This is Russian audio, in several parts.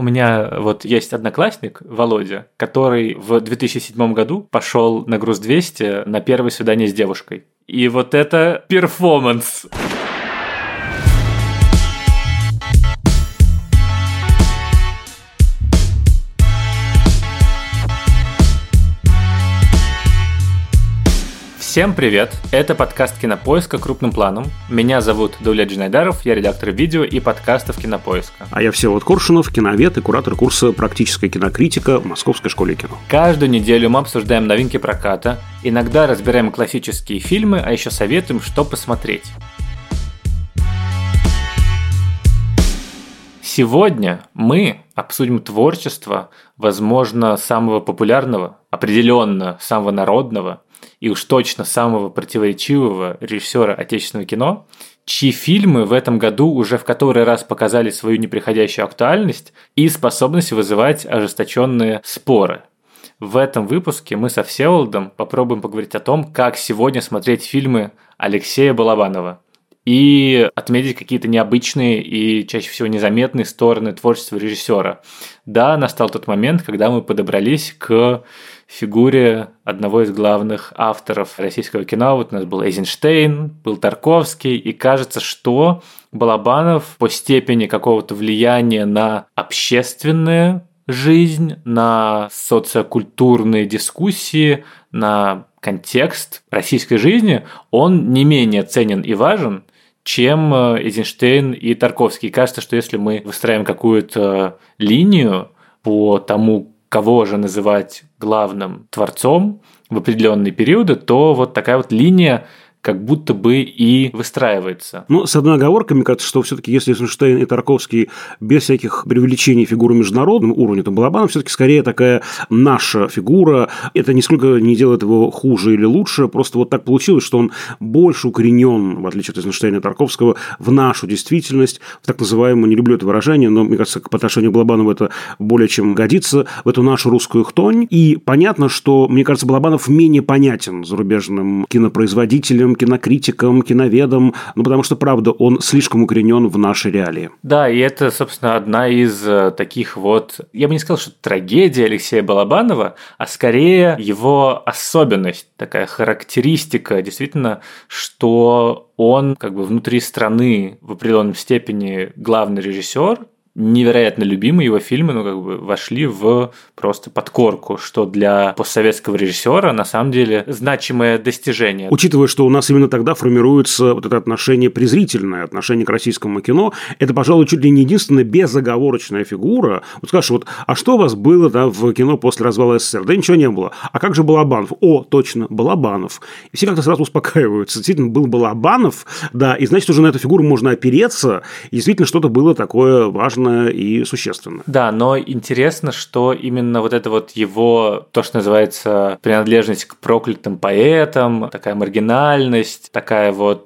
У меня вот есть одноклассник, Володя, который в 2007 году пошел на груз 200 на первое свидание с девушкой. И вот это перформанс. Всем привет! Это подкаст «Кинопоиска» крупным планом. Меня зовут Даулет Джинайдаров, я редактор видео и подкастов «Кинопоиска». А я Всеволод Коршунов, киновед и куратор курса «Практическая кинокритика» в Московской школе кино. Каждую неделю мы обсуждаем новинки проката, иногда разбираем классические фильмы, а еще советуем, что посмотреть. Сегодня мы обсудим творчество, возможно, самого популярного, определенно самого народного и уж точно самого противоречивого режиссера отечественного кино, чьи фильмы в этом году уже в который раз показали свою неприходящую актуальность и способность вызывать ожесточенные споры. В этом выпуске мы со Всеволодом попробуем поговорить о том, как сегодня смотреть фильмы Алексея Балабанова и отметить какие-то необычные и чаще всего незаметные стороны творчества режиссера. Да, настал тот момент, когда мы подобрались к фигуре одного из главных авторов российского кино. Вот у нас был Эйзенштейн, был Тарковский, и кажется, что Балабанов по степени какого-то влияния на общественную жизнь, на социокультурные дискуссии, на контекст российской жизни, он не менее ценен и важен, чем Эйзенштейн и Тарковский. Кажется, что если мы выстраиваем какую-то линию по тому, кого же называть главным творцом в определенные периоды, то вот такая вот линия как будто бы и выстраивается. Ну, с одной оговоркой, мне кажется, что все-таки если Эйзенштейн и Тарковский без всяких преувеличений фигуры международного уровня, то Балабанов все-таки скорее такая наша фигура. Это нисколько не делает его хуже или лучше, просто вот так получилось, что он больше укоренен, в отличие от Эйзенштейна и Тарковского, в нашу действительность, в так называемую, не люблю это выражение, но, мне кажется, по отношению к Балабанову это более чем годится, в эту нашу русскую хтонь. И понятно, что, мне кажется, Балабанов менее понятен зарубежным кинопроизводителям, кинокритикам, киноведам, ну, потому что, правда, он слишком укоренен в наши реалии. Да, и это, собственно, одна из таких вот, я бы не сказал, что трагедия Алексея Балабанова, а скорее его особенность, такая характеристика, действительно, что он как бы внутри страны в определенной степени главный режиссер, невероятно любимые его фильмы, ну, как бы вошли в просто подкорку, что для постсоветского режиссера на самом деле значимое достижение. Учитывая, что у нас именно тогда формируется вот это отношение презрительное, отношение к российскому кино, это, пожалуй, чуть ли не единственная безоговорочная фигура. Вот скажешь, вот, а что у вас было в кино после развала СССР? Да ничего не было. А как же Балабанов? О, точно, Балабанов. И все как-то сразу успокаиваются. Действительно, был Балабанов, да, и значит, уже на эту фигуру можно опереться, и действительно что-то было такое важное и существенно. Да, но интересно, что именно вот это вот его, то, что называется принадлежность к проклятым поэтам, такая маргинальность, такая вот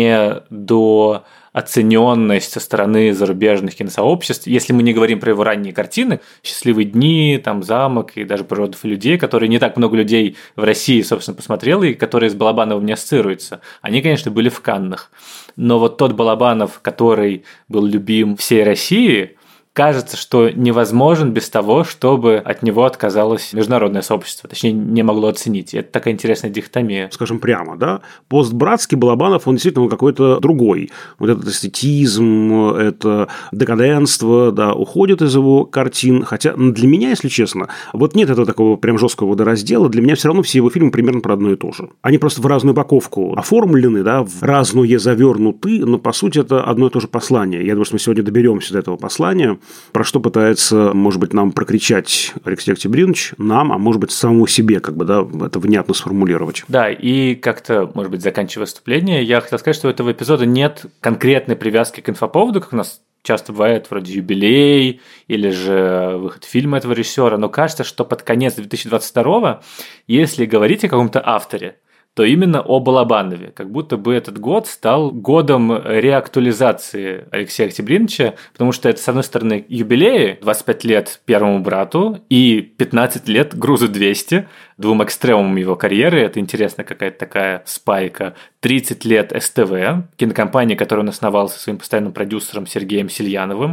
недооцененность со стороны зарубежных киносообществ. Если мы не говорим про его ранние картины, «Счастливые дни», там «Замок» и даже «Природов и людей», которые не так много людей в России, собственно, посмотрело и которые с Балабановым не ассоциируются, они, конечно, были в Каннах. Но вот тот Балабанов, который был любим всей России, кажется, что невозможен без того, чтобы от него отказалось международное сообщество, точнее, не могло оценить. Это такая интересная дихотомия. Скажем прямо, да? Постбратский Балабанов, он действительно какой-то другой. Вот этот эстетизм, это декаденство, да, уходит из его картин. Хотя для меня, если честно, вот нет этого такого прям жесткого водораздела. Для меня все равно все его фильмы примерно про одно и то же. Они просто в разную упаковку оформлены, да, в разное завернуты, но по сути это одно и то же послание. Я думаю, что мы сегодня доберемся до этого послания. Про что пытается, может быть, нам прокричать Алексей Октябринович, нам, а может быть, самому себе, как бы, да, это внятно сформулировать. Да, и как-то, может быть, заканчивая выступление, я хотел сказать, что у этого эпизода нет конкретной привязки к инфоповоду, как у нас часто бывает, вроде юбилей или же выход фильма этого режиссера, но кажется, что под конец 2022, если говорить о каком-то авторе, то именно о Балабанове. Как будто бы этот год стал годом реактуализации Алексея Октябриновича, потому что это, с одной стороны, юбилеи, 25 лет «Первому брату» и 15 лет «Грузу 200», двум экстремумам его карьеры. Это интересная какая-то такая спайка. 30 лет СТВ, кинокомпания, которую он основал со своим постоянным продюсером Сергеем Сельяновым.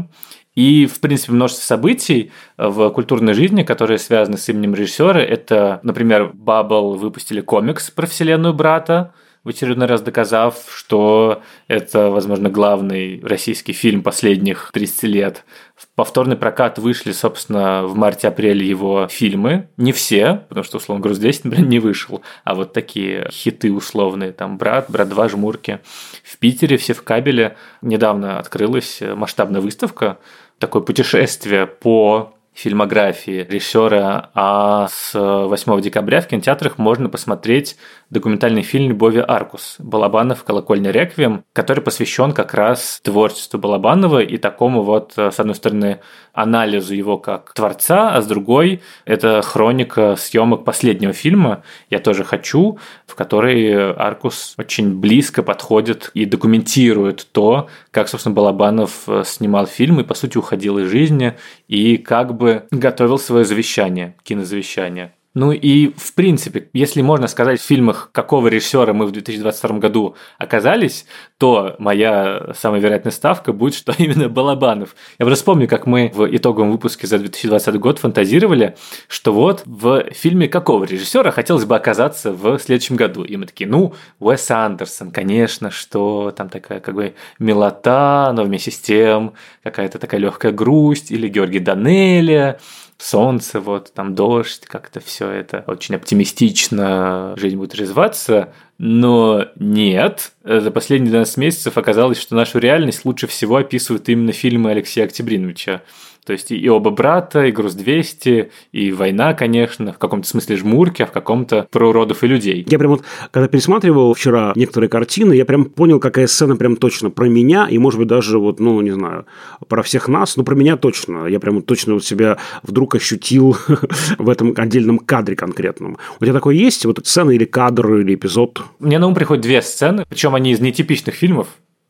И, в принципе, множество событий в культурной жизни, которые связаны с именем режиссера. Это, например, Bubble выпустили комикс про вселенную брата, в очередной раз доказав, что это, возможно, главный российский фильм последних 30 лет. В повторный прокат вышли, собственно, в марте-апреле его фильмы. Не все, потому что, условно, «Груз-200», например, не вышел. А вот такие хиты условные, там «Брат», «Брат 2», «Жмурки». В Питере, все в кабеле. Недавно открылась масштабная выставка, такое путешествие по фильмографии режиссера, а с 8 декабря в кинотеатрах можно посмотреть документальный фильм «Любови Аркус» Балабанов «Колокольня Реквием», который посвящен как раз творчеству Балабанова и такому вот, с одной стороны, анализу его как творца, а с другой – это хроника съемок последнего фильма «Я тоже хочу», в которой Аркус очень близко подходит и документирует то, как, собственно, Балабанов снимал фильм и, по сути, уходил из жизни, и как бы готовил свое завещание, кинозавещание. Ну и, в принципе, если можно сказать, в фильмах какого режиссера мы в 2022 году оказались, то моя самая вероятная ставка будет, что именно Балабанов. Я просто помню, как мы в итоговом выпуске за 2020 год фантазировали, что вот в фильме какого режиссера хотелось бы оказаться в следующем году. И мы такие, Уэс Андерсон, конечно, что там такая как бы милота, но вместе с тем какая-то такая легкая грусть, или Георгий Данелия, солнце, вот там дождь, как-то все это очень оптимистично, жизнь будет развиваться, но нет. За последние 12 месяцев оказалось, что нашу реальность лучше всего описывают именно фильмы Алексея Октябриновича. То есть и «Оба брата», и «Груз-200», и «Война», конечно, в каком-то смысле «Жмурки», а в каком-то «Про уродов и людей». Я прям вот, когда пересматривал вчера некоторые картины, я прям понял, какая сцена прям точно про меня, и, может быть, даже вот, не знаю, про всех нас, но про меня точно. Я прям точно вот себя вдруг ощутил в этом отдельном кадре конкретном. У тебя такое есть? Вот сцена или кадр, или эпизод? Мне на ум приходят две сцены, причем они из нетипичных фильмов.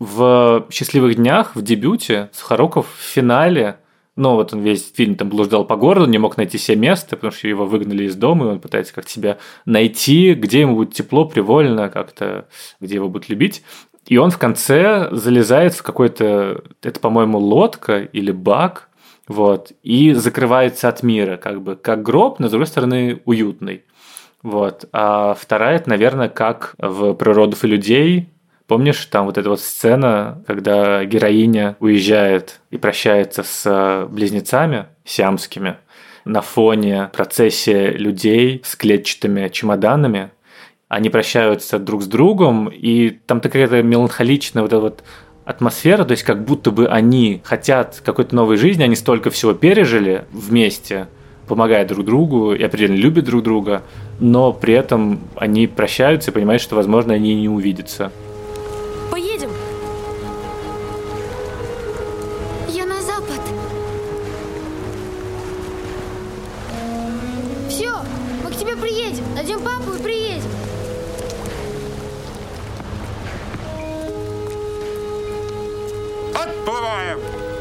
В «Счастливых днях», в дебюте, Сухоруков в финале, вот он весь фильм там блуждал по городу, не мог найти себе место, потому что его выгнали из дома, и он пытается как-то себя найти, где ему будет тепло, привольно, как-то, где его будут любить. И он в конце залезает в какой-то, это, по-моему, лодка или бак, вот, и закрывается от мира, как бы, как гроб, но, с другой стороны, уютный. Вот. А вторая, это, наверное, как в «Про уродов и людей». Помнишь, там вот эта вот сцена, когда героиня уезжает и прощается с близнецами сиамскими на фоне процессии людей с клетчатыми чемоданами. Они прощаются друг с другом, и там такая меланхоличная вот эта вот атмосфера, то есть как будто бы они хотят какой-то новой жизни, они столько всего пережили вместе, помогая друг другу и определенно любят друг друга, но при этом они прощаются и понимают, что, возможно, они не увидятся. Поедем. Я на запад. Все, мы к тебе приедем. Найдем папу и приедем. Отплываем.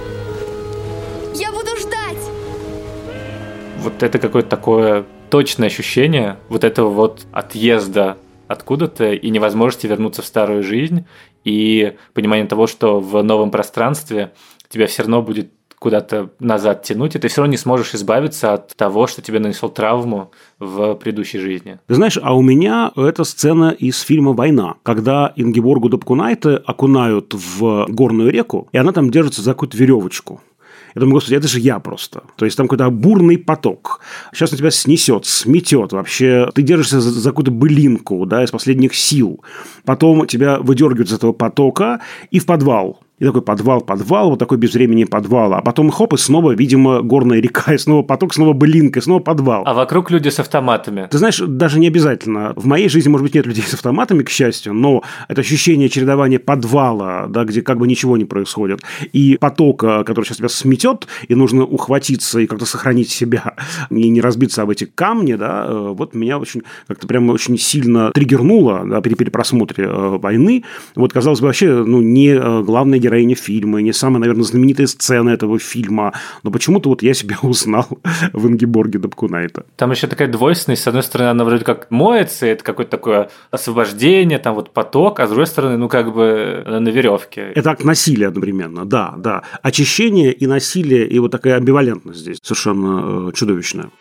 Я буду ждать. Вот это какое-то такое точное ощущение вот этого вот отъезда откуда-то и невозможности вернуться в старую жизнь, и понимание того, что в новом пространстве тебя все равно будет куда-то назад тянуть, и ты все равно не сможешь избавиться от того, что тебе нанесло травму в предыдущей жизни. Ты знаешь, а у меня эта сцена из фильма «Война», когда Ингеборгу Дапкунайте окунают в горную реку, и она там держится за какую-то веревочку. Я думаю, господи, это же я просто. То есть там какой-то бурный поток. Сейчас на тебя снесет, сметет вообще. Ты держишься за какую-то былинку, да, из последних сил. Потом тебя выдергивают из этого потока и в подвал. И такой подвал, вот такой без времени подвала. А потом хоп, и снова, видимо, горная река, и снова поток, снова былинка, и снова подвал. А вокруг люди с автоматами. Ты знаешь, даже не обязательно. В моей жизни, может быть, нет людей с автоматами, к счастью, но это ощущение чередования подвала, да, где как бы ничего не происходит, и потока, который сейчас тебя сметет, и нужно ухватиться и как-то сохранить себя, и не разбиться об эти камни, да, вот меня очень как-то прямо очень сильно триггернуло, да, при перепросмотре «Войны». Вот, казалось бы, вообще, не главная героиня героиня фильма, не самая, наверное, знаменитая сцена этого фильма, но почему-то вот я себя узнал в Ингеборге Дапкунайте. Там еще такая двойственность. С одной стороны, она вроде как моется, это какое-то такое освобождение, там вот поток, а с другой стороны, ну как бы она на веревке. Это акт насилия одновременно, да. Очищение и насилие, и вот такая амбивалентность здесь совершенно чудовищная.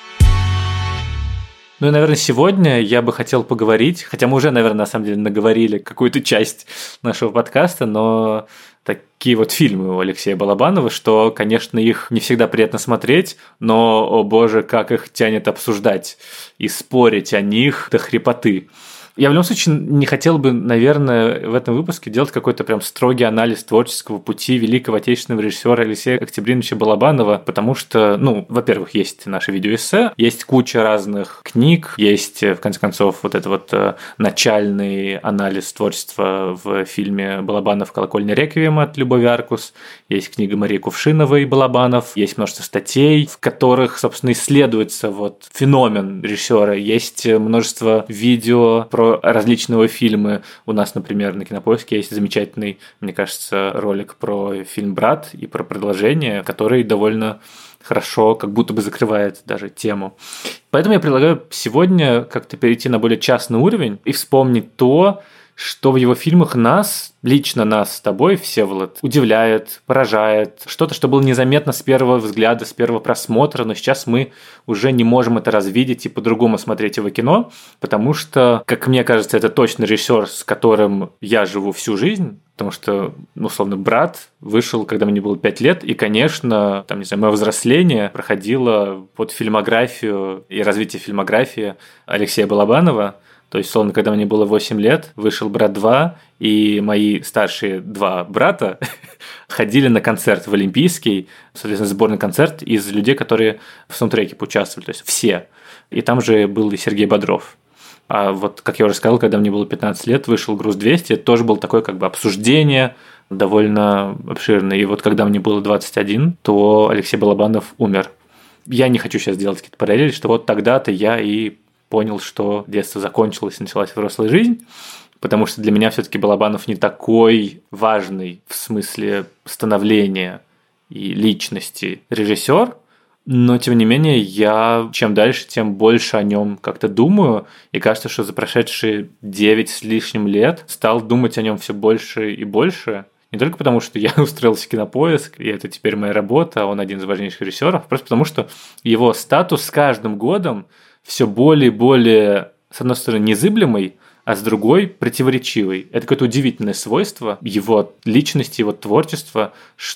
Ну и, наверное, сегодня я бы хотел поговорить, хотя мы уже, наверное, на самом деле наговорили какую-то часть нашего подкаста, но такие вот фильмы у Алексея Балабанова, что, конечно, их не всегда приятно смотреть, но, о боже, как их тянет обсуждать и спорить о них до хрипоты. Я в любом случае не хотел бы, наверное, в этом выпуске делать какой-то прям строгий анализ творческого пути великого отечественного режиссера Алексея Октябриновича Балабанова, потому что, ну, во-первых, есть наши видеоэссе, есть куча разных книг, есть, в конце концов, вот это вот начальный анализ творчества в фильме Балабанов «Колокольня реквиема» от Любови Аркус, есть книга Марии Кувшиновой «Балабанов», есть множество статей, в которых, собственно, исследуется вот феномен режиссера, есть множество видео про различные фильмы. У нас, например, на Кинопоиске есть замечательный, мне кажется, ролик про фильм «Брат» и про продолжение, который довольно хорошо, как будто бы закрывает даже тему. Поэтому я предлагаю сегодня как-то перейти на более частный уровень и вспомнить то, что в его фильмах нас, лично нас с тобой, Всеволод, удивляет, поражает. Что-то, что было незаметно с первого взгляда, с первого просмотра, но сейчас мы уже не можем это развидеть и по-другому смотреть его кино, потому что, как мне кажется, это точно режиссер, с которым я живу всю жизнь, потому что, условно, «Брат» вышел, когда мне было 5 лет, и, конечно, там, не знаю, мое взросление проходило под фильмографию и развитие фильмографии Алексея Балабанова. То есть, условно, когда мне было 8 лет, вышел «Брат 2», и мои старшие 2 брата ходили на концерт в Олимпийский, соответственно, сборный концерт из людей, которые в саундтреке поучаствовали, то есть все. И там же был и Сергей Бодров. А вот, как я уже сказал, когда мне было 15 лет, вышел «Груз-200», это тоже было такое как бы обсуждение довольно обширное. И вот когда мне было 21, то Алексей Балабанов умер. Я не хочу сейчас делать какие-то параллели, что вот тогда-то я и понял, что детство закончилось и началась взрослая жизнь, потому что для меня все-таки Балабанов не такой важный в смысле становления и личности режиссер, но тем не менее я чем дальше, тем больше о нем как-то думаю, и кажется, что за прошедшие 9 с лишним лет стал думать о нем все больше и больше. Не только потому, что я устроился в Кинопоиск, и это теперь моя работа, а он один из важнейших режиссеров, просто потому что его статус с каждым годом все более и более, с одной стороны, незыблемый, а с другой противоречивый. Это какое-то удивительное свойство его личности, его творчества,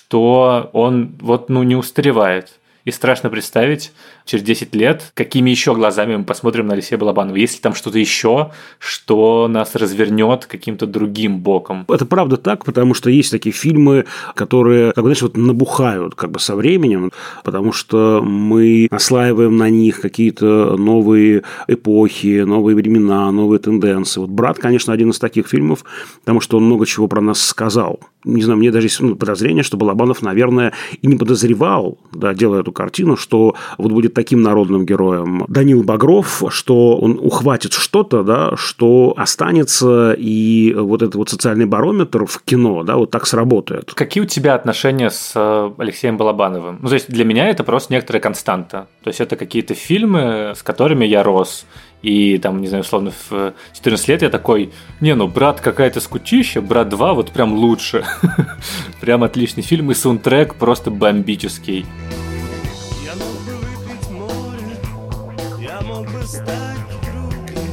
что он не устаревает. И страшно представить через 10 лет, какими еще глазами мы посмотрим на Алексея Балабанова. Есть ли там что-то еще, что нас развернет каким-то другим боком? Это правда так, потому что есть такие фильмы, которые, набухают со временем, потому что мы наслаиваем на них какие-то новые эпохи, новые времена, новые тенденции. Вот «Брат», конечно, один из таких фильмов, потому что он много чего про нас сказал. Не знаю, мне даже есть подозрение, что Балабанов, наверное, и не подозревал, делая эту картину, что вот будет таким народным героем Данил Багров, что он ухватит что-то, что останется, и вот этот вот социальный барометр в кино, вот так сработает. Какие у тебя отношения с Алексеем Балабановым? То есть для меня это просто некоторая константа. То есть это какие-то фильмы, с которыми я рос. И там, не знаю, условно, в 14 лет я такой, «Брат» какая-то скучища, «Брат 2» вот прям лучше. Прям отличный фильм, и саундтрек просто бомбический. Я мог бы выпить море, я мог бы стать другом,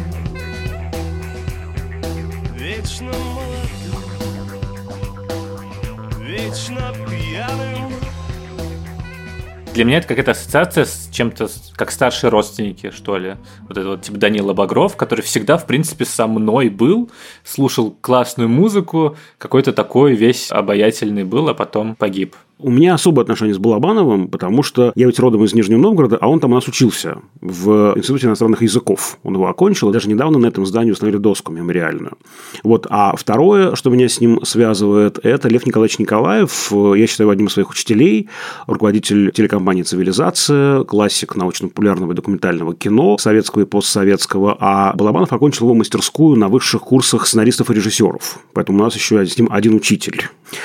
вечно молодым, вечно пьяным. Для меня это какая-то ассоциация с чем-то, как старшие родственники, что ли. Вот это вот типа Данила Багров, который всегда, в принципе, со мной был, слушал классную музыку, какой-то такой весь обаятельный был, а потом погиб. У меня особое отношение с Балабановым, потому что я ведь родом из Нижнего Новгорода, а он там у нас учился в Институте иностранных языков. Он его окончил, и даже недавно на этом здании установили доску мемориальную. Вот. А второе, что меня с ним связывает, это Лев Николаевич Николаев. Я считаю его одним из своих учителей, руководитель телекомпании «Цивилизация», классик научно-популярного и документального кино, советского и постсоветского. А Балабанов окончил его мастерскую на высших курсах сценаристов и режиссеров. Поэтому у нас еще с ним один учитель.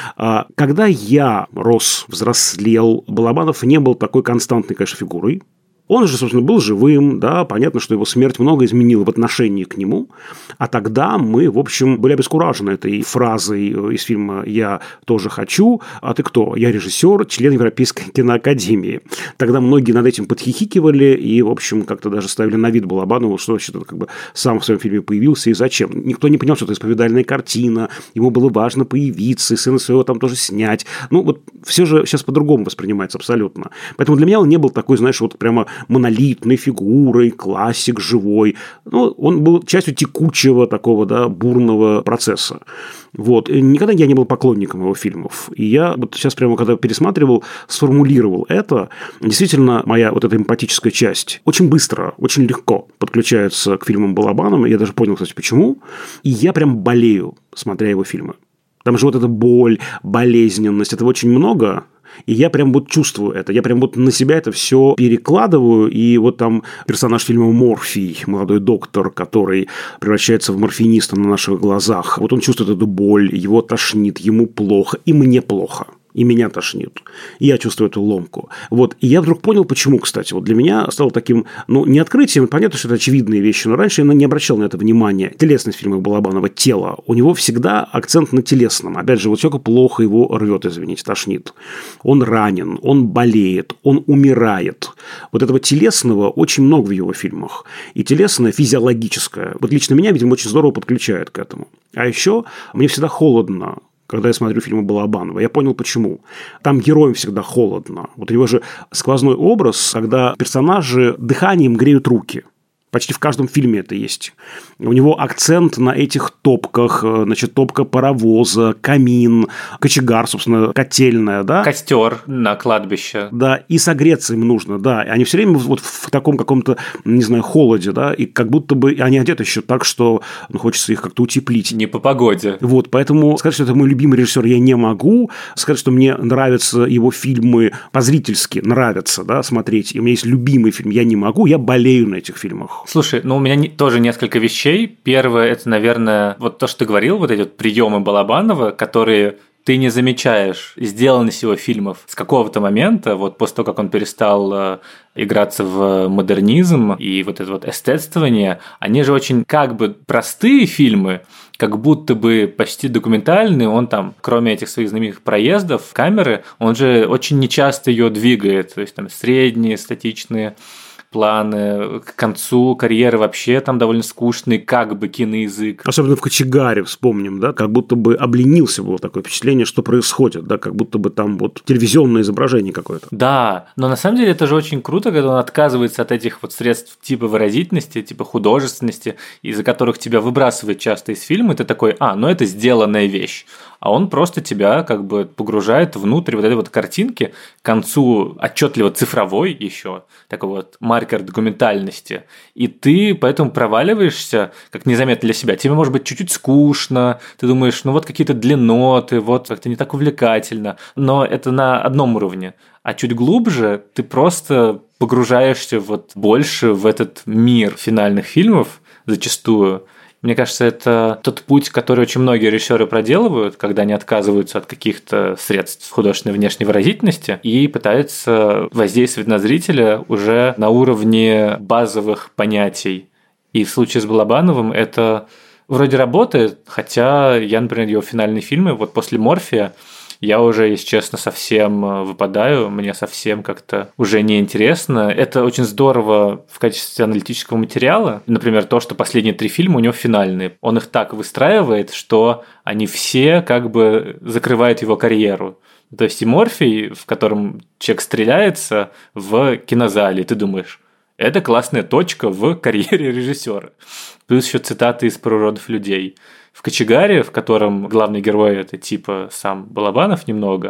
Когда я рос, взрослел, Балабанов не был такой константной, конечно, фигурой. Он же, собственно, был живым, да, понятно, что его смерть много изменила в отношении к нему, а тогда мы, в общем, были обескуражены этой фразой из фильма «Я тоже хочу», а ты кто? Я режиссер, член Европейской киноакадемии. Тогда многие над этим подхихикивали и, в общем, как-то даже ставили на вид Балабанову, что вообще-то как бы сам в своем фильме появился и зачем. Никто не понял, что это исповедальная картина, ему было важно появиться, и сына своего там тоже снять. Ну, вот все же сейчас по-другому воспринимается абсолютно. Поэтому для меня он не был такой, знаешь, вот прямо монолитной фигурой, классик живой. Ну, он был частью текучего такого, да, бурного процесса. Вот. И никогда я не был поклонником его фильмов. И я вот сейчас прямо, когда пересматривал, сформулировал это. Действительно, моя вот эта эмпатическая часть очень быстро, очень легко подключается к фильмам Балабанова. Я даже понял, кстати, почему. И я прям болею, смотря его фильмы. Там же вот эта боль, болезненность, этого очень много. И я прям вот чувствую это. Я прям вот на себя это все перекладываю. И вот там персонаж фильма Морфий, молодой доктор, который превращается в морфиниста на наших глазах. Вот он чувствует эту боль, его тошнит, ему плохо, и мне плохо. И меня тошнит. И я чувствую эту ломку. Вот. И я вдруг понял, почему, кстати. Вот для меня стало таким, ну, не открытием, понятно, что это очевидные вещи, но раньше я не обращал на это внимания. Телесность в фильмах Балабанова, тело. У него всегда акцент на телесном. Опять же, вот человеку плохо его рвет, извините, тошнит. Он ранен, он болеет, он умирает. Вот этого телесного очень много в его фильмах. И телесное, физиологическое. Вот лично меня, видимо, очень здорово подключает к этому. А еще мне всегда холодно, когда я смотрю фильмы Балабанова. Я понял, почему. Там героям всегда холодно. Вот его же сквозной образ, когда персонажи дыханием греют руки. Почти в каждом фильме это есть. У него акцент на этих топках, значит, топка паровоза, камин, кочегар, собственно, котельная, да? Костер на кладбище. Да, и согреться им нужно, да. И они все время вот в таком каком-то, не знаю, холоде, да, и как будто бы они одеты еще так, что хочется их как-то утеплить. Не по погоде. Вот, поэтому сказать, что это мой любимый режиссер, я не могу. Сказать, что мне нравятся его фильмы, по-зрительски нравятся, да, смотреть. И у меня есть любимый фильм, я не могу, я болею на этих фильмах. Слушай, ну у меня тоже несколько вещей. Первое, это, наверное, вот то, что ты говорил, вот эти вот приемы Балабанова, которые ты не замечаешь сделанность его фильмов с какого-то момента, вот после того, как он перестал играться в модернизм и вот это вот эстетствование, они же очень как бы простые фильмы, как будто бы почти документальные, он там, кроме этих своих знаменитых проездов, камеры, он же очень нечасто ее двигает, то есть там средние, статичные планы, к концу карьеры вообще там довольно скучный, как бы киноязык. Особенно в «Кочегаре» вспомним, да, как будто бы обленился, было такое впечатление, что происходит, да, как будто бы там вот телевизионное изображение какое-то. Да, но на самом деле это же очень круто, когда он отказывается от этих вот средств типа выразительности, типа художественности, из-за которых тебя выбрасывают часто из фильма, и ты такой, ну это сделанная вещь. А он просто тебя как бы погружает внутрь вот этой вот картинки, к концу отчетливо цифровой еще, такой вот маркер документальности. И ты поэтому проваливаешься, как незаметно для себя. Тебе может быть чуть-чуть скучно, ты думаешь, ну вот какие-то длинноты, вот как-то не так увлекательно. Но это на одном уровне. А чуть глубже ты просто погружаешься вот больше в этот мир финальных фильмов зачастую. Мне кажется, это тот путь, который очень многие режиссеры проделывают, когда они отказываются от каких-то средств художественной внешней выразительности и пытаются воздействовать на зрителя уже на уровне базовых понятий. И в случае с Балабановым это вроде работает, хотя я, например, его финальные фильмы, вот после «Морфия», я уже, если честно, совсем выпадаю, мне совсем как-то уже неинтересно. Это очень здорово в качестве аналитического материала. Например, то, что последние 3 фильма у него финальные. Он их так выстраивает, что они все как бы закрывают его карьеру. То есть и «Морфий», в котором человек стреляется в кинозале, и ты думаешь, это классная точка в карьере режиссера. Плюс еще цитаты из «Про уродов людей». В «Кочегаре», в котором главный герой – это типа сам Балабанов немного,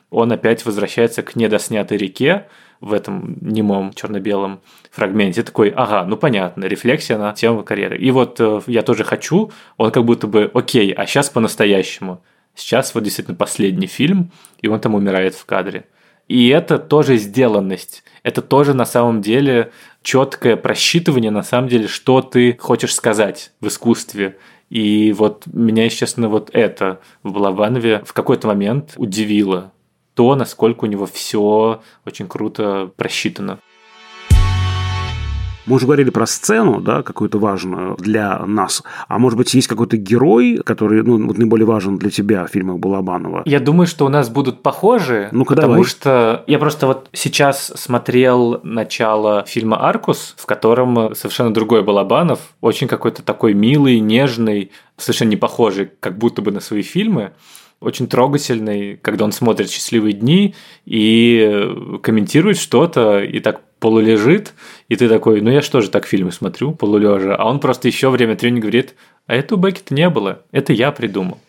он опять возвращается к недоснятой реке в этом немом черно-белом фрагменте. Такой, ага, ну понятно, рефлексия на тему карьеры. И вот «Я тоже хочу», он как будто бы, окей, а сейчас по-настоящему. Сейчас вот действительно последний фильм, и он там умирает в кадре. И это тоже сделанность. Это тоже на самом деле четкое просчитывание, на самом деле, что ты хочешь сказать в искусстве. И вот меня, если честно, вот это в Балабанове в какой-то момент удивило. То, насколько у него все очень круто просчитано. Мы уже говорили про сцену, да, какую-то важную для нас. А может быть, есть какой-то герой, который вот наиболее важен для тебя в фильмах Балабанова? Я думаю, что у нас будут похожи, Ну-ка, потому давай. что я просто вот сейчас смотрел начало фильма «Аркус», в котором совершенно другой Балабанов, очень какой-то такой милый, нежный, совершенно не похожий как будто бы на свои фильмы. Очень трогательный, когда он смотрит «Счастливые дни» и комментирует что-то, и так полулежит, и ты такой, ну я что же так фильмы смотрю, полулежа, а он просто еще время от времени говорит, а это у Беккета не было, это я придумал.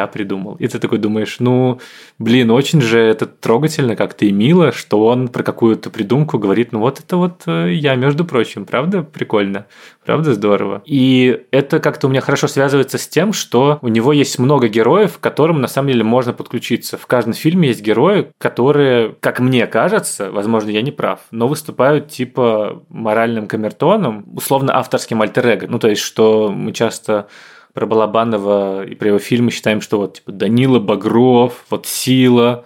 И ты такой думаешь, ну, блин, очень же это трогательно как-то и мило, что он про какую-то придумку говорит, ну вот это вот я, между прочим, правда прикольно, правда здорово. И это как-то у меня хорошо связывается с тем, что у него есть много героев, к которым на самом деле можно подключиться. В каждом фильме есть герои, которые, как мне кажется, возможно, я не прав, но выступают типа моральным камертоном, условно авторским альтер-эго. Ну, то есть, что мы часто про Балабанова и про его фильмы считаем, что вот типа Данила Багров, вот сила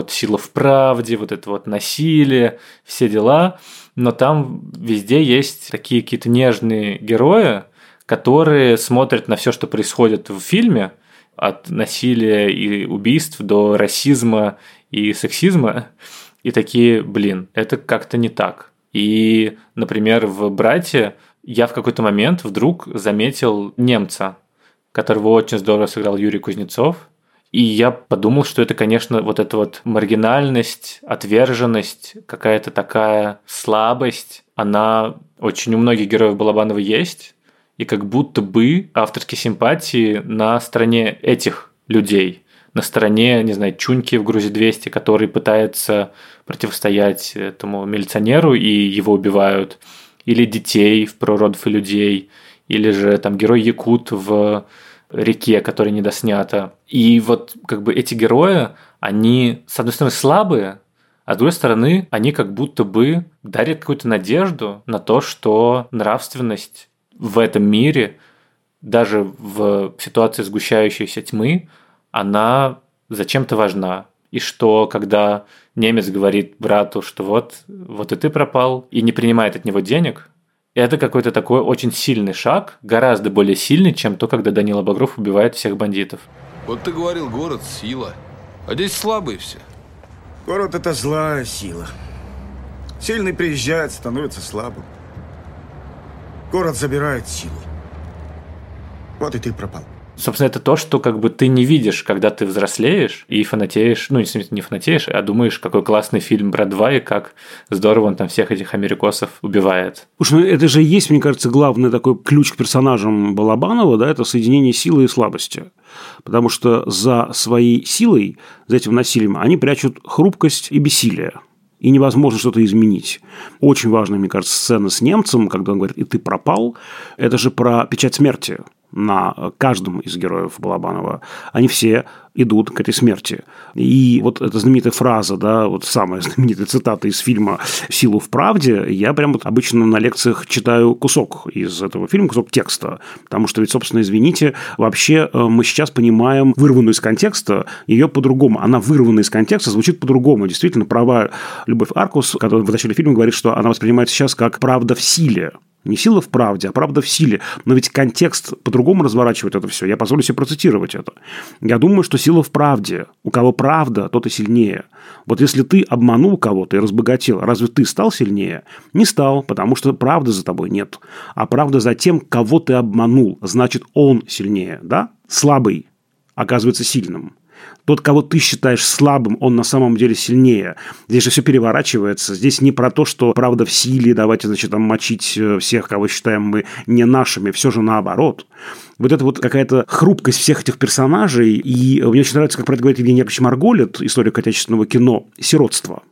в правде, вот это вот насилие, все дела. Но там везде есть такие какие-то нежные герои, которые смотрят на все, что происходит в фильме, от насилия и убийств до расизма и сексизма, и такие, блин, это как-то не так. И, например, в «Брате» я в какой-то момент вдруг заметил немца, которого очень здорово сыграл Юрий Кузнецов. И я подумал, что это, конечно, вот эта вот маргинальность, отверженность, какая-то такая слабость, она очень у многих героев Балабанова есть. И как будто бы авторские симпатии на стороне этих людей, на стороне, не знаю, Чуньки в «Грузе-200», который пытается противостоять этому милиционеру, и его убивают, или детей в «Про уродов и людей», или же там герой Якут в «Реке», которая недоснята. И вот как бы эти герои, они, с одной стороны, слабые, а с другой стороны, они как будто бы дарят какую-то надежду на то, что нравственность в этом мире, даже в ситуации сгущающейся тьмы, она зачем-то важна. И что, когда немец говорит брату, что вот и ты пропал, и не принимает от него денег, это какой-то такой очень сильный шаг, гораздо более сильный, чем то, когда Данила Багров убивает всех бандитов. Вот ты говорил, город – сила. А здесь слабые все. Город – это злая сила. Сильный приезжает, становится слабым. Город забирает силу. Вот и ты пропал. Собственно, это то, что как бы ты не видишь, когда ты взрослеешь и фанатеешь, ну, не фанатеешь, а думаешь, какой классный фильм «Брат 2» и как здорово он там всех этих америкосов убивает. Слушай, ну это же есть, мне кажется, главный такой ключ к персонажам Балабанова, да, это соединение силы и слабости. Потому что за своей силой, за этим насилием, они прячут хрупкость и бессилие. И невозможно что-то изменить. Очень важная, мне кажется, сцена с немцем, когда он говорит «и ты пропал», это же про печать смерти на каждом из героев Балабанова. Они все идут к этой смерти. И вот эта знаменитая фраза, да, вот самая знаменитая цитата из фильма «Силу в правде», я прям вот обычно на лекциях читаю кусок из этого фильма, кусок текста. Потому что ведь, собственно, извините, вообще мы сейчас понимаем вырванную из контекста ее по-другому. Она вырвана из контекста, звучит по-другому. Действительно, права Любовь Аркус, которая в начале фильма говорит, что она воспринимается сейчас как правда в силе. Не сила в правде, а правда в силе. Но ведь контекст по-другому разворачивает это все. Я позволю себе процитировать это. Я думаю, что сила в правде. У кого правда, тот и сильнее. Вот если ты обманул кого-то и разбогател, разве ты стал сильнее? Не стал, потому что правды за тобой нет. А правда за тем, кого ты обманул. Значит, он сильнее, да? Слабый оказывается сильным. Тот, кого ты считаешь слабым, он на самом деле сильнее. Здесь же все переворачивается. Здесь не про то, что правда в силе, давайте, значит, там мочить всех, кого считаем мы не нашими. Все же наоборот. Вот это вот какая-то хрупкость всех этих персонажей. И мне очень нравится, как про это говорит Евгений Яковлевич Марголит, историк отечественного кино, сиротство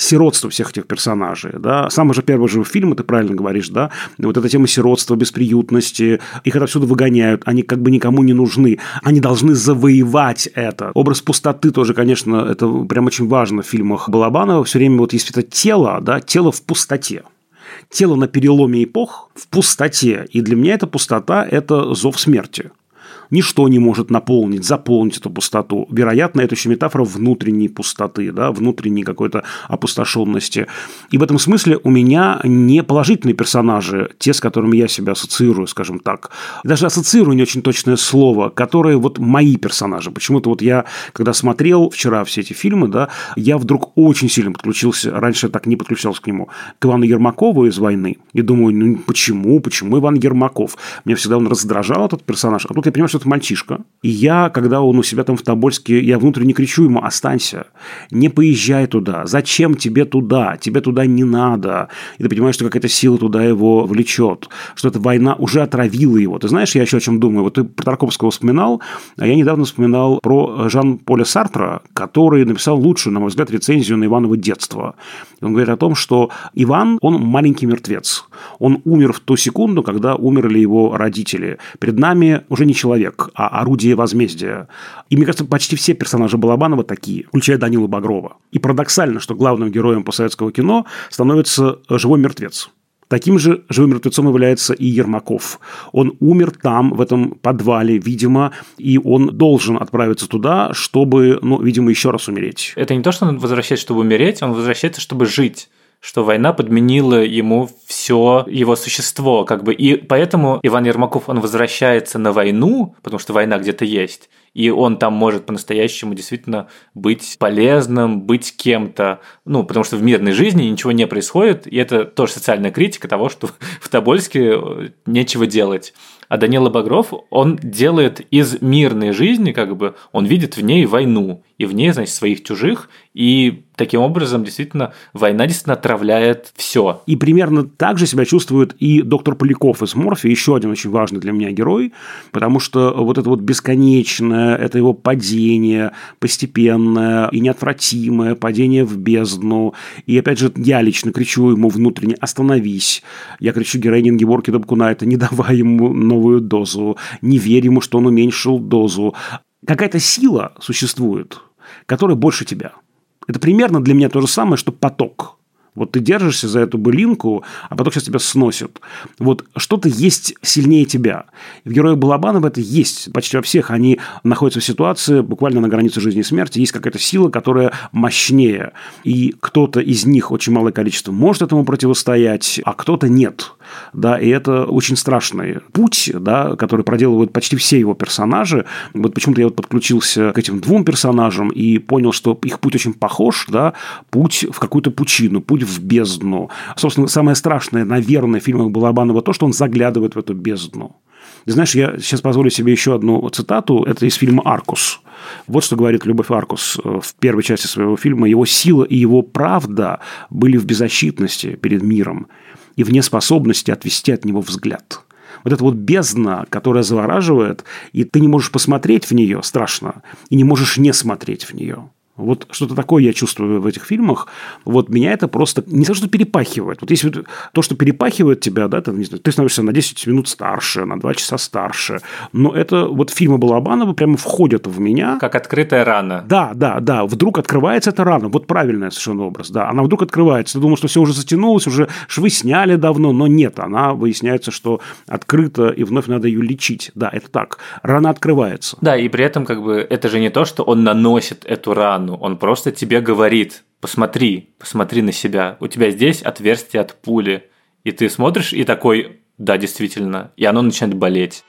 всех этих персонажей, да, самый же первый же фильм, ты правильно говоришь, да, вот эта тема сиротства, бесприютности, их отсюда выгоняют, они как бы никому не нужны, они должны завоевать это. Образ пустоты тоже, конечно, это прям очень важно в фильмах Балабанова, все время вот есть это тело, да, тело в пустоте. Тело на переломе эпох в пустоте, и для меня эта пустота – это зов смерти. Ничто не может заполнить эту пустоту. Вероятно, это еще метафора внутренней пустоты, да, внутренней какой-то опустошенности. И в этом смысле у меня не положительные персонажи, те, с которыми я себя ассоциирую, скажем так. Даже ассоциирую не очень точное слово, которые вот мои персонажи. Почему-то вот я, когда смотрел вчера все эти фильмы, да, я вдруг очень сильно подключился, раньше я так не подключался к нему, к Ивану Ермакову из «Войны». И думаю, ну почему Иван Ермаков? Меня всегда он раздражал, этот персонаж. А тут я понимаю, что это мальчишка. И я, когда он у себя там в Тобольске, я внутренне кричу ему: останься, не поезжай туда, зачем тебе туда не надо. И ты понимаешь, что какая-то сила туда его влечет, что эта война уже отравила его. Ты знаешь, я еще о чем думаю? Вот ты про Тарковского вспоминал, а я недавно вспоминал про Жан-Поля Сартра, который написал лучшую, на мой взгляд, рецензию на Иваново детство. Он говорит о том, что Иван, он маленький мертвец. Он умер в ту секунду, когда умерли его родители. Перед нами уже не человек, а орудие возмездия. И мне кажется, почти все персонажи Балабанова такие, включая Данилу Багрова. И парадоксально, что главным героем постсоветского кино становится живой мертвец. Таким же живым мертвецом является и Ермаков. Он умер там, в этом подвале, видимо, и он должен отправиться туда, чтобы, видимо, еще раз умереть. Это не то, что он возвращается, чтобы умереть, он возвращается, чтобы жить. Что война подменила ему все его существо, как бы. И поэтому Иван Ермаков, он возвращается на войну, потому что война где-то есть, и он там может по-настоящему действительно быть полезным, быть кем-то, потому что в мирной жизни ничего не происходит, и это тоже социальная критика того, что в Тобольске нечего делать. А Данила Багров, он делает из мирной жизни, как бы, он видит в ней войну, и в ней, значит, своих чужих, и таким образом, действительно, война действительно отравляет все. И примерно так же себя чувствует и доктор Поляков из «Морфи», еще один очень важный для меня герой, потому что вот это вот бесконечное, это его падение, постепенное и неотвратимое падение в бездну. И опять же, я лично кричу ему внутренне: остановись. Я кричу героине Геворги Добкунайте: не давай ему новую дозу, не верь ему, что он уменьшил дозу. Какая-то сила существует, которая больше тебя. Это примерно для меня то же самое, что поток. Вот ты держишься за эту былинку, а поток сейчас тебя сносит. Вот что-то есть сильнее тебя. И в «Героях Балабанова» это есть. Почти во всех они находятся в ситуации буквально на границе жизни и смерти. Есть какая-то сила, которая мощнее. И кто-то из них, очень малое количество, может этому противостоять, а кто-то нет. Да, и это очень страшный путь, да, который проделывают почти все его персонажи. Вот почему-то я вот подключился к этим двум персонажам и понял, что их путь очень похож, да, путь в какую-то пучину, путь в бездну. Собственно, самое страшное, наверное, в фильмах Балабанова то, что он заглядывает в эту бездну. И знаешь, я сейчас позволю себе еще одну цитату. Это из фильма «Аркус». Вот что говорит Любовь Аркус в первой части своего фильма. Его сила и его правда были в беззащитности перед миром и в неспособности отвести от него взгляд. Вот эта вот бездна, которая завораживает, и ты не можешь посмотреть в нее, страшно, и не можешь не смотреть в нее. Вот что-то такое я чувствую в этих фильмах. Вот меня это просто не то, что перепахивает. Вот если вот то, что перепахивает тебя, да, ты становишься на 10 минут старше, на 2 часа старше. Но это вот фильмы Балабанова прямо входят в меня. Как открытая рана. Да. Вдруг открывается эта рана. Вот правильный совершенно образ. Да, она вдруг открывается. Ты думал, что все уже затянулось, уже швы сняли давно, но нет. Она выясняется, что открыта, и вновь надо ее лечить. Да, это так. Рана открывается. Да, и при этом как бы это же не то, что он наносит эту рану. Он просто тебе говорит: посмотри на себя, у тебя здесь отверстие от пули. И ты смотришь и такой: да, действительно, и оно начинает болеть.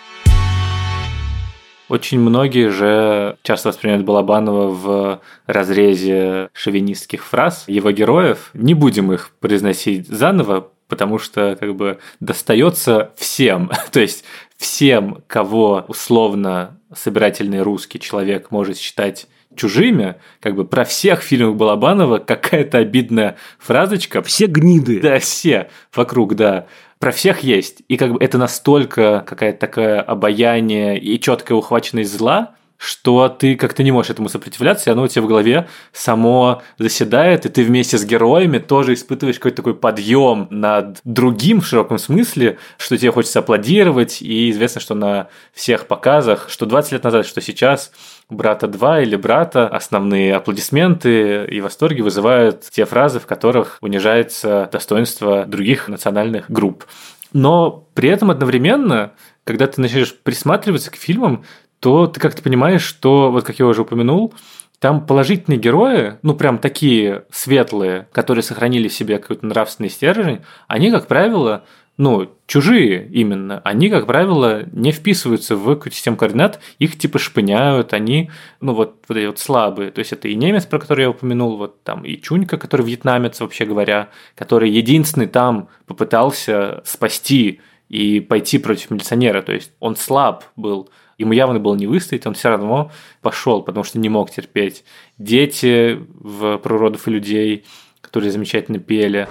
Очень многие же часто воспринимают Балабанова в разрезе шовинистских фраз его героев. Не будем их произносить заново, потому что как бы достается всем, то есть всем, кого условно собирательный русский человек может считать чужими, как бы про всех в фильмах Балабанова какая-то обидная фразочка. Все гниды. Да, все вокруг, да. Про всех есть. И как бы это настолько какая-то такая обаяние и четкая ухваченность зла, что ты как-то не можешь этому сопротивляться, и оно у тебя в голове само заседает, и ты вместе с героями тоже испытываешь какой-то такой подъем над другим в широком смысле, что тебе хочется аплодировать, и известно, что на всех показах, что 20 лет назад, что сейчас «Брата 2» или «Брата» основные аплодисменты и восторги вызывают те фразы, в которых унижается достоинство других национальных групп. Но при этом одновременно, когда ты начинаешь присматриваться к фильмам, то ты как-то понимаешь, что, вот как я уже упомянул, там положительные герои, ну прям такие светлые, которые сохранили в себе какой-то нравственный стержень, они, как правило, ну, чужие именно, они, как правило, не вписываются в какую-то систему координат, их типа шпыняют, они, ну вот эти вот слабые, то есть это и немец, про который я упомянул, вот там и Чунька, который вьетнамец, вообще говоря, который единственный там попытался спасти и пойти против милиционера, то есть он слаб был, ему явно было не выстоять, он все равно пошел, потому что не мог терпеть. Дети в «Про уродов и людей», которые замечательно пели.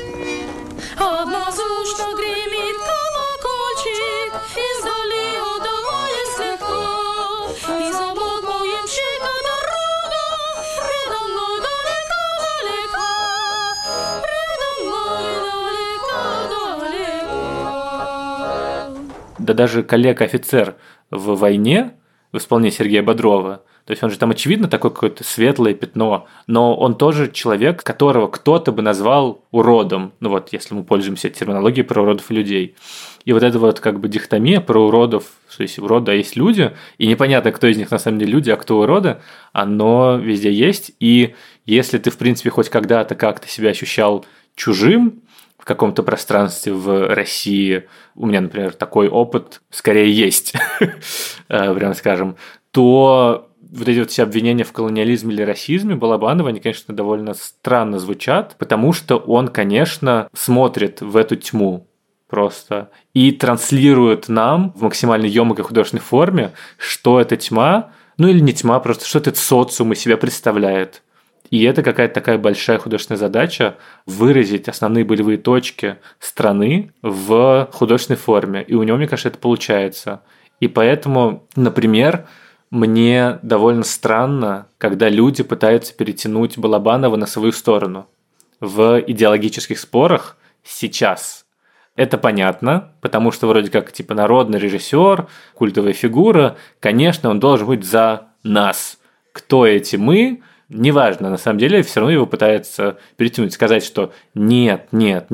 Да даже коллега-офицер в «Войне» в исполнении Сергея Бодрова, то есть он же там, очевидно, такое какое-то светлое пятно, но он тоже человек, которого кто-то бы назвал уродом, ну вот, если мы пользуемся терминологией про уродов и людей. И вот эта вот как бы дихотомия про уродов, то есть уроды, а есть люди, и непонятно, кто из них на самом деле люди, а кто уроды, оно везде есть, и если ты, в принципе, хоть когда-то как-то себя ощущал чужим, в каком-то пространстве в России, у меня, например, такой опыт скорее есть, прямо скажем, то вот эти вот все обвинения в колониализме или расизме Балабанова, они, конечно, довольно странно звучат, потому что он, конечно, смотрит в эту тьму просто и транслирует нам в максимально ёмкой художественной форме, что эта тьма, ну или не тьма, просто что этот социум из себя представляет. И это какая-то такая большая художественная задача выразить основные болевые точки страны в художественной форме. И у него, мне кажется, это получается. И поэтому, например, мне довольно странно, когда люди пытаются перетянуть Балабанова на свою сторону в идеологических спорах сейчас. Это понятно, потому что вроде как типа народный режиссер, культовая фигура, конечно, он должен быть за нас. Кто эти мы? Неважно, на самом деле, все равно его пытаются перетянуть, сказать, что нет.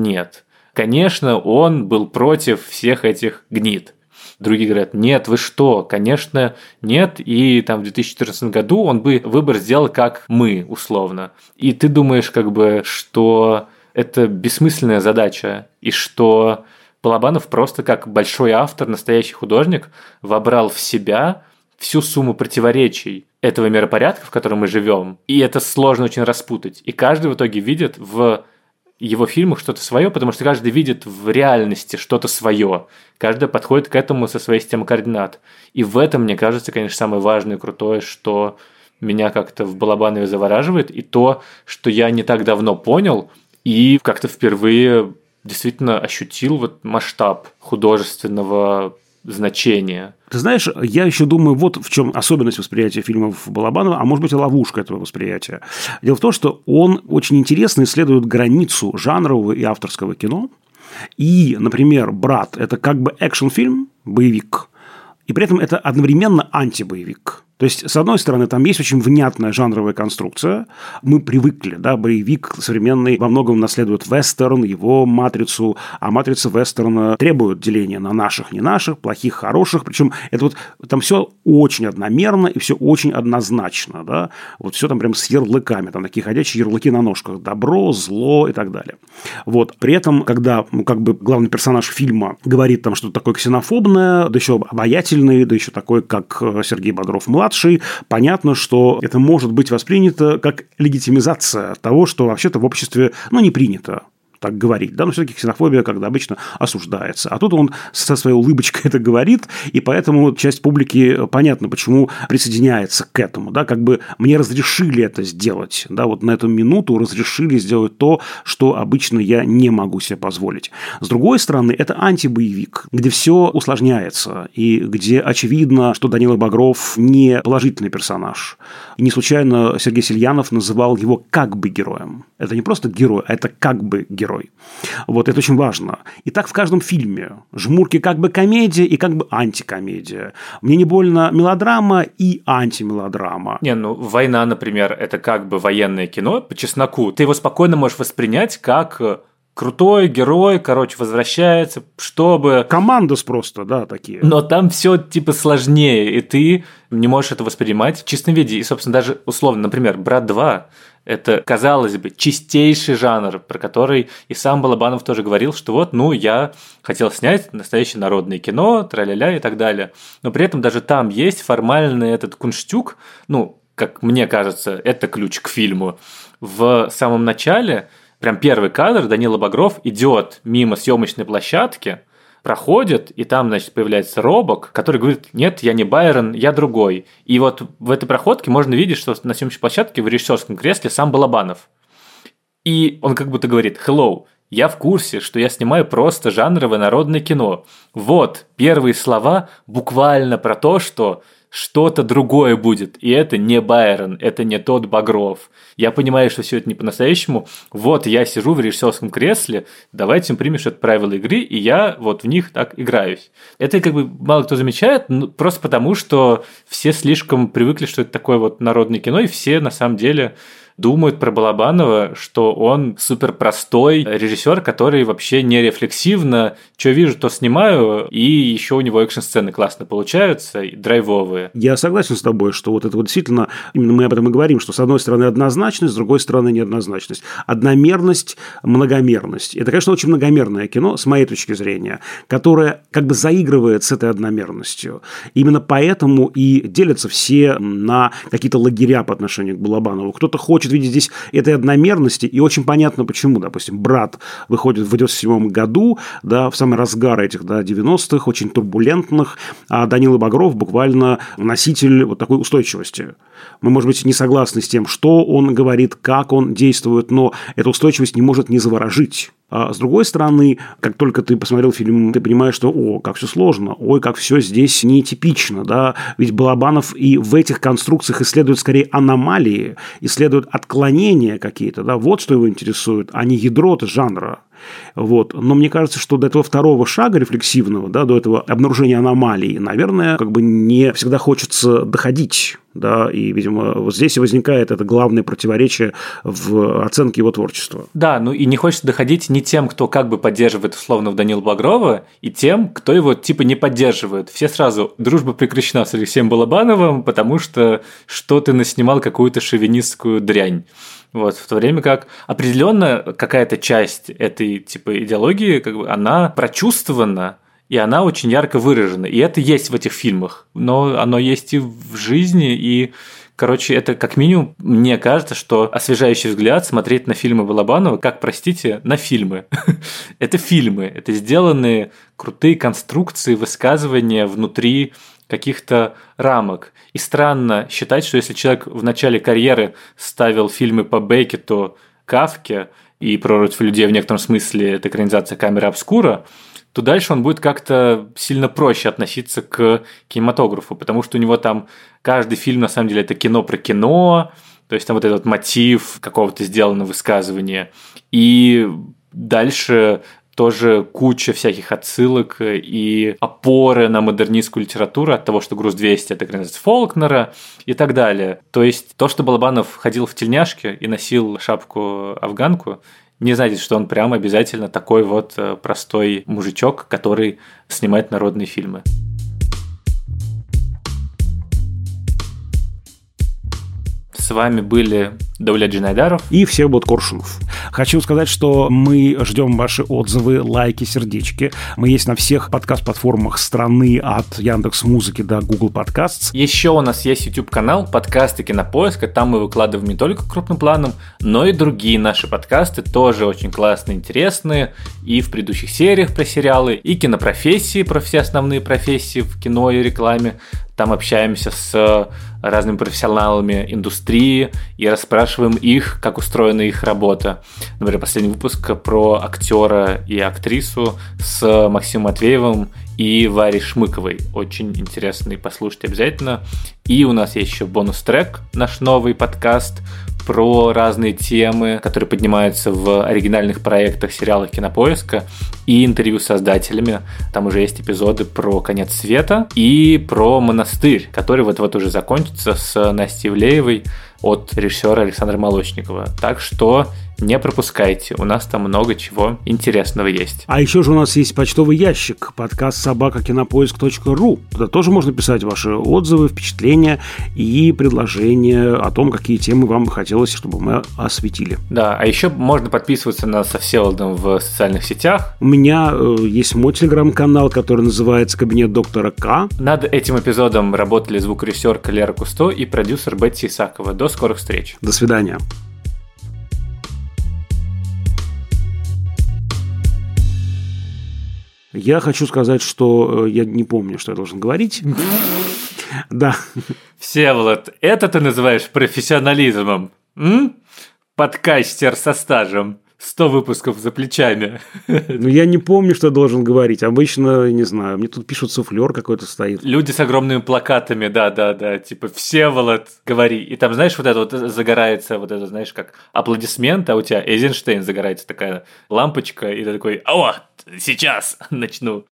Конечно, он был против всех этих гнид. Другие говорят, нет, вы что, конечно, нет, и там в 2014 году он бы выбор сделал как мы, условно. И ты думаешь, как бы, что это бессмысленная задача, и что Балабанов просто как большой автор, настоящий художник, вобрал в себя всю сумму противоречий этого миропорядка, в котором мы живем, и это сложно очень распутать. И каждый в итоге видит в его фильмах что-то свое, потому что каждый видит в реальности что-то свое. Каждый подходит к этому со своей системой координат. И в этом, мне кажется, конечно, самое важное и крутое, что меня как-то в Балабанове завораживает, и то, что я не так давно понял, и как-то впервые действительно ощутил вот масштаб художественного значения. Ты знаешь, я еще думаю, вот в чем особенность восприятия фильмов Балабанова, а может быть и ловушка этого восприятия. Дело в том, что он очень интересно исследует границу жанрового и авторского кино. И, например, «Брат» – это как бы экшн-фильм, боевик, и при этом это одновременно антибоевик. То есть, с одной стороны, там есть очень внятная жанровая конструкция. Мы привыкли, да, боевик современный во многом наследует вестерн, его матрицу, а матрица вестерна требует деления на наших, не наших, плохих, хороших. Причем это вот там все очень одномерно и все очень однозначно, да. Вот все там прям с ярлыками, там такие ходячие ярлыки на ножках: добро, зло и так далее. Вот. При этом, когда, ну, как бы главный персонаж фильма говорит там что-то такое ксенофобное, да еще обаятельный, да еще такой, как Сергей Бодров-младший, понятно, что это может быть воспринято как легитимизация того, что вообще-то в обществе, ну, не принято. так говорить, да, но все-таки ксенофобия, когда обычно осуждается. А тут он со своей улыбочкой это говорит, и поэтому часть публики, понятно, почему присоединяется к этому, да, как бы мне разрешили это сделать, да, вот на эту минуту разрешили сделать то, что обычно я не могу себе позволить. С другой стороны, это антибоевик, где все усложняется, и где очевидно, что Данила Багров не положительный персонаж. И не случайно Сергей Сельянов называл его как бы героем. Это не просто герой, а это как бы герой. Вот это очень важно. И так в каждом фильме. «Жмурки» как бы комедия и как бы антикомедия. «Мне не больно» мелодрама и антимелодрама. Не, ну «Война», например, это как бы военное кино по чесноку. Ты его спокойно можешь воспринять как крутой герой, короче, возвращается, чтобы... Командос просто, да, такие. Но там все типа сложнее, и ты не можешь это воспринимать в чистом виде. И, собственно, даже условно, например, «Брат 2» – это, казалось бы, чистейший жанр, про который и сам Балабанов тоже говорил, что вот, ну, я хотел снять настоящее народное кино, тра-ля-ля и так далее. Но при этом даже там есть формальный этот кунштюк, ну, как мне кажется, это ключ к фильму. В самом начале, прям первый кадр, Данила Багров идет мимо съемочной площадки, проходит, и там, значит, появляется робок, который говорит: нет, я не Байрон, я другой. И вот в этой проходке можно видеть, что на съемочной площадке в режиссерском кресле сам Балабанов. И он как будто говорит: hello, я в курсе, что я снимаю просто жанровое народное кино. Вот, первые слова буквально про то, что что-то другое будет, и это не Байрон, это не тот Багров. Я понимаю, что все это не по-настоящему. Вот я сижу в режиссерском кресле, давайте им примешь это правила игры, и я вот в них так играюсь. Это как бы мало кто замечает, просто потому, что все слишком привыкли, что это такое вот народное кино, и все на самом деле думают про Балабанова, что он супер простой режиссер, который вообще не рефлексивно, что вижу, то снимаю, и еще у него экшн-сцены классно получаются, и драйвовые. Я согласен с тобой, что вот это вот действительно, именно мы об этом и говорим, что с одной стороны однозначность, с другой стороны неоднозначность. Одномерность, многомерность. Это, конечно, очень многомерное кино, с моей точки зрения, которое как бы заигрывает с этой одномерностью. Именно поэтому и делятся все на какие-то лагеря по отношению к Балабанову. Кто-то хочет видеть здесь этой одномерности, и очень понятно почему. Допустим, «Брат» выходит в 1997 году, да, в самый разгар этих, да, 90-х, очень турбулентных, а Данила Багров буквально носитель вот такой устойчивости. Мы, может быть, не согласны с тем, что он говорит, как он действует, но эта устойчивость не может не заворожить. А с другой стороны, как только ты посмотрел фильм, ты понимаешь, что как все сложно, как все здесь нетипично, да, ведь Балабанов и в этих конструкциях исследует скорее аномалии, исследует отклонения какие-то, да, вот что его интересует, а не ядро жанра. Вот. Но мне кажется, что до этого второго шага рефлексивного, да, до этого обнаружения аномалий, наверное, как бы не всегда хочется доходить. Да, и, видимо, вот здесь и возникает это главное противоречие в оценке его творчества. Да, ну и не хочется доходить не тем, кто как бы поддерживает условно Данила Багрова, и тем, кто его типа не поддерживает. Все сразу: дружба прекращена с Алексеем Балабановым, потому что ты наснимал какую-то шовинистскую дрянь. Вот, в то время как определенно какая-то часть этой типа идеологии, как бы, она прочувствована, и она очень ярко выражена. И это есть в этих фильмах, но оно есть и в жизни, и, короче, это как минимум, мне кажется, что освежающий взгляд смотреть на фильмы Балабанова, как, простите, на фильмы. Это фильмы, это сделанные крутые конструкции, высказывания внутри каких-то рамок. И странно считать, что если человек в начале карьеры ставил фильмы по Беккету, Кафке и «Против людей» в некотором смысле это экранизация «Камера обскура», то дальше он будет как-то сильно проще относиться к кинематографу, потому что у него там каждый фильм на самом деле это кино про кино, то есть там вот этот мотив какого-то сделанного высказывания. И дальше тоже куча всяких отсылок и опоры на модернистскую литературу от того, что «Груз-200» – это экранизация Фолкнера и так далее. То есть то, что Балабанов ходил в тельняшке и носил шапку-афганку, не значит, что он прям обязательно такой вот простой мужичок, который снимает народные фильмы. С вами были Давля Джинайдаров и Всеволод Коршунов. Хочу сказать, что мы ждем ваши отзывы, лайки, сердечки. Мы есть на всех подкаст-платформах страны, от Яндекс.Музыки до Google Podcasts. Еще у нас есть YouTube-канал «Подкасты Кинопоиска». Там мы выкладываем не только крупным планом, но и другие наши подкасты, тоже очень классные, интересные. И в предыдущих сериях про сериалы, и кинопрофессии, про все основные профессии в кино и рекламе. Там общаемся с разными профессионалами индустрии и расспрашиваем их, как устроена их работа. Например, последний выпуск про актера и актрису с Максимом Матвеевым и Варей Шмыковой. Очень интересный, послушайте обязательно. И у нас есть еще бонус-трек, наш новый подкаст про разные темы, которые поднимаются в оригинальных проектах, сериалах Кинопоиска, и интервью с создателями. Там уже есть эпизоды про «Конец света» и про «Монастырь», который вот-вот уже закончится с Настей Ивлеевой от режиссера Александра Молочникова. Так что не пропускайте, у нас там много чего интересного есть. А еще же у нас есть почтовый ящик, подкаст собака-кинопоиск.ру. Туда тоже можно писать ваши отзывы, впечатления и предложения о том, какие темы вам бы хотелось, чтобы мы осветили. Да, а еще можно подписываться на со Всеволодом в социальных сетях. У меня есть мой телеграм-канал, который называется «Кабинет доктора К». Над этим эпизодом работали звукорежиссер Лера Кусто и продюсер Бетти Исакова. До скорых встреч. До свидания. Я хочу сказать, что я не помню, что я должен говорить. Да. Всеволод, это ты называешь профессионализмом? Подкастер со стажем. 100 выпусков за плечами. Ну, я не помню, что я должен говорить. Обычно, не знаю, мне тут пишут, суфлер какой-то стоит. Люди с огромными плакатами, да, типа «Всеволод, говори». И там, знаешь, вот это вот загорается, вот это, знаешь, как аплодисмент, а у тебя Эйзенштейн загорается такая лампочка, и ты такой: «О, сейчас начну».